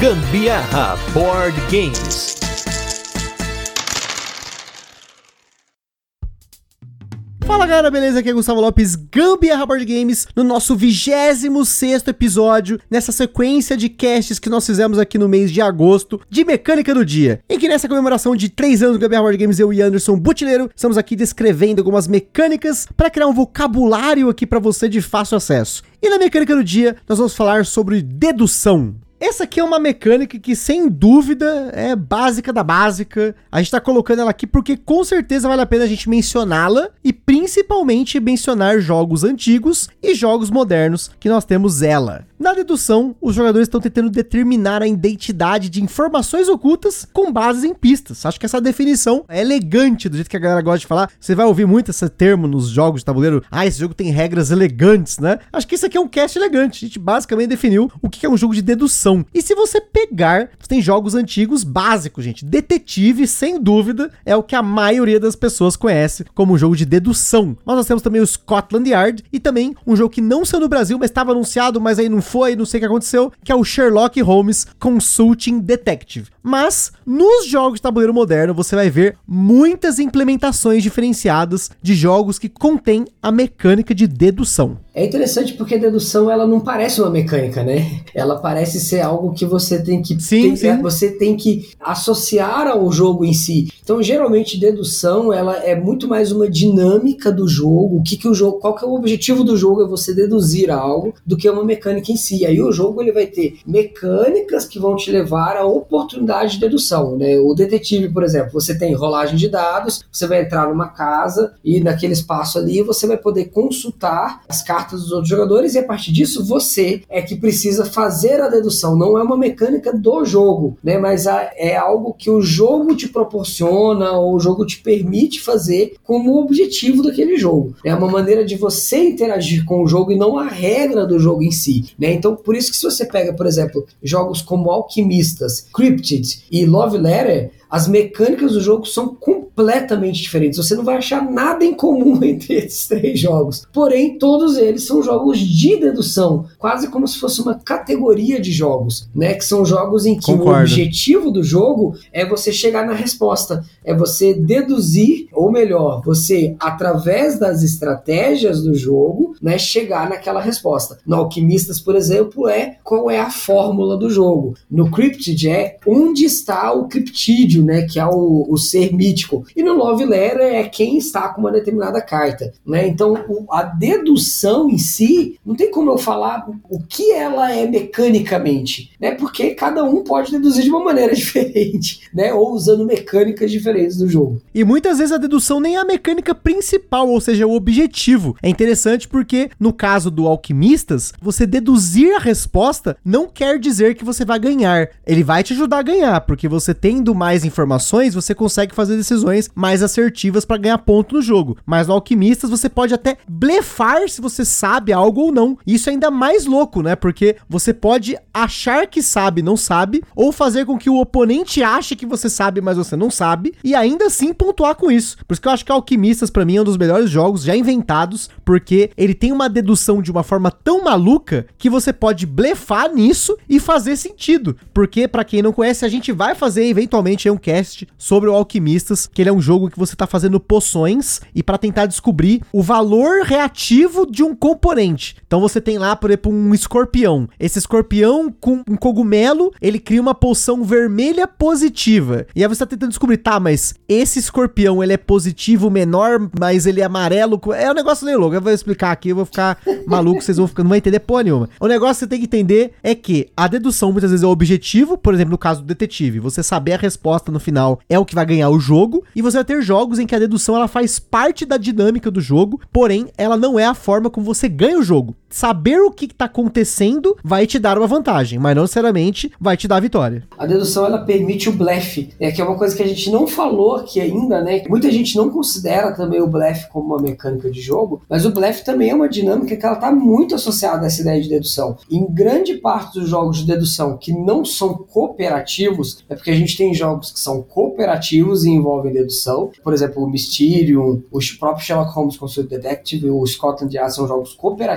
Gambiarra Board Games. Fala galera, beleza? Aqui é Gustavo Lopes, Gambiarra Board Games, no nosso 26º episódio, nessa sequência de casts que nós fizemos aqui no mês de agosto, de Mecânica do Dia, em que nessa comemoração de 3 anos do Gambiarra Board Games, eu e Anderson Butileiro estamos aqui descrevendo algumas mecânicas para criar um vocabulário aqui para você de fácil acesso. E na Mecânica do Dia, nós vamos falar sobre dedução. Essa aqui é uma mecânica que, sem dúvida, é básica da básica. A gente tá colocando ela aqui porque, com certeza, vale a pena a gente mencioná-la e, principalmente, mencionar jogos antigos e jogos modernos que nós temos ela. Na dedução, os jogadores estão tentando determinar a identidade de informações ocultas com bases em pistas. Acho que essa definição é elegante, do jeito que a galera gosta de falar. Você vai ouvir muito esse termo nos jogos de tabuleiro. Ah, esse jogo tem regras elegantes, né? Acho que isso aqui é um cast elegante. A gente basicamente definiu o que é um jogo de dedução. E se você pegar, você tem jogos antigos básicos, gente. Detetive, sem dúvida, é o que a maioria das pessoas conhece como um jogo de dedução. Nós temos também o Scotland Yard e também um jogo que não saiu no Brasil, mas estava anunciado, mas aí não foi, não sei o que aconteceu, que é o Sherlock Holmes Consulting Detective. Mas, nos jogos de tabuleiro moderno, você vai ver muitas implementações diferenciadas de jogos que contêm a mecânica de dedução. É interessante porque a dedução, ela não parece uma mecânica, né? Ela parece ser algo que você tem que você tem que associar ao jogo em si. Então, geralmente, dedução, ela é muito mais uma dinâmica do jogo, qual que é o objetivo do jogo, é você deduzir algo, do que uma mecânica em si. Aí o jogo ele vai ter mecânicas que vão te levar à oportunidade de dedução, né? O detetive, por exemplo, você tem rolagem de dados, você vai entrar numa casa e naquele espaço ali você vai poder consultar as cartas dos outros jogadores e a partir disso você é que precisa fazer a dedução. Não é uma mecânica do jogo, né? Mas é algo que o jogo te proporciona ou o jogo te permite fazer como objetivo daquele jogo. É uma maneira de você interagir com o jogo e não a regra do jogo em si, né? Então, por isso que se você pega, por exemplo, jogos como Alquimistas, Cryptid e Love Letter, as mecânicas do jogo são completamente diferentes. Você não vai achar nada em comum entre esses 3 jogos. Porém, todos eles são jogos de dedução, quase como se fosse uma categoria de jogos, né? Que são jogos em que o objetivo do jogo é você chegar na resposta, é você deduzir, ou melhor, você, através das estratégias do jogo, né, chegar naquela resposta. No Alquimistas, por exemplo, qual é a fórmula do jogo. No Cryptid onde está o criptídeo, né, que é o ser mítico. E no Love Letter é quem está com uma determinada carta, né? Então, a dedução em si, não tem como eu falar o que ela é mecanicamente, né? Porque cada um pode deduzir de uma maneira diferente, né? Ou usando mecânicas diferentes do jogo. E muitas vezes a dedução nem é a mecânica principal, ou seja, o objetivo. É interessante porque, no caso do Alquimistas, você deduzir a resposta não quer dizer que você vai ganhar. Ele vai te ajudar a ganhar, porque você tendo mais informações, você consegue fazer decisões mais assertivas para ganhar ponto no jogo. Mas no Alquimistas, você pode até blefar se você sabe algo ou não. Isso é ainda mais louco, né? Porque você pode achar que sabe, não sabe, ou fazer com que o oponente ache que você sabe, mas você não sabe, e ainda assim pontuar com isso. Por isso que eu acho que Alquimistas, pra mim, é um dos melhores jogos já inventados, porque ele tem uma dedução de uma forma tão maluca que você pode blefar nisso e fazer sentido. Porque, pra quem não conhece, a gente vai fazer eventualmente um cast sobre o Alquimistas, que ele é um jogo que você tá fazendo poções e para tentar descobrir o valor reativo de um componente. Então você tem lá, por exemplo, um escorpião. Esse escorpião com um cogumelo, ele cria uma poção vermelha positiva. E aí você tá tentando descobrir, tá, mas esse escorpião, ele é positivo menor, mas ele é amarelo. É um negócio meio louco. Eu vou explicar aqui, eu vou ficar maluco, vocês não vão entender porra nenhuma. O negócio que você tem que entender é que a dedução muitas vezes é o objetivo, por exemplo, no caso do detetive, você saber a resposta no final é o que vai ganhar o jogo, e você vai ter jogos em que a dedução ela faz parte da dinâmica do jogo, porém ela não é a forma como você ganha o jogo. Saber o que está acontecendo vai te dar uma vantagem, mas não necessariamente vai te dar a vitória. A dedução ela permite o blefe, que é uma coisa que a gente não falou aqui ainda, né? Muita gente não considera também o blefe como uma mecânica de jogo, mas o blefe também é uma dinâmica que ela está muito associada a essa ideia de dedução. Em grande parte dos jogos de dedução que não são cooperativos, é porque a gente tem jogos que são cooperativos e envolvem dedução, por exemplo, o Mysterium, o próprio Sherlock Holmes Consulting Detective, o Scotland Yard são jogos cooperativos,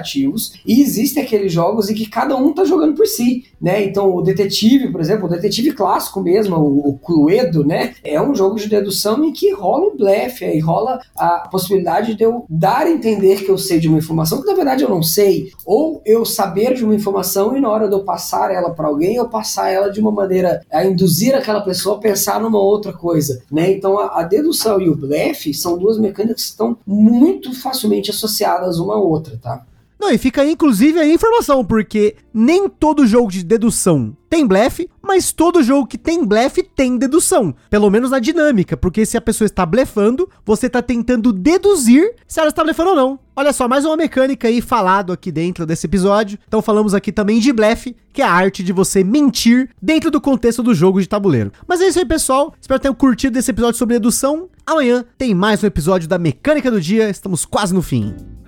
jogos, e existem aqueles jogos em que cada um tá jogando por si, né? Então o detetive, por exemplo, o detetive clássico mesmo, o Cluedo, né? É um jogo de dedução em que rola um blefe, aí rola a possibilidade de eu dar a entender que eu sei de uma informação que na verdade eu não sei, ou eu saber de uma informação e na hora de eu passar ela para alguém, eu passar ela de uma maneira a induzir aquela pessoa a pensar numa outra coisa, né? Então a dedução e o blefe são duas mecânicas que estão muito facilmente associadas uma à outra, tá? Não, e fica aí, inclusive, a informação, porque nem todo jogo de dedução tem blefe, mas todo jogo que tem blefe tem dedução. Pelo menos na dinâmica, porque se a pessoa está blefando, você está tentando deduzir se ela está blefando ou não. Olha só, mais uma mecânica aí falado aqui dentro desse episódio. Então falamos aqui também de blefe, que é a arte de você mentir dentro do contexto do jogo de tabuleiro. Mas é isso aí, pessoal. Espero que tenham curtido esse episódio sobre dedução. Amanhã tem mais um episódio da Mecânica do Dia. Estamos quase no fim.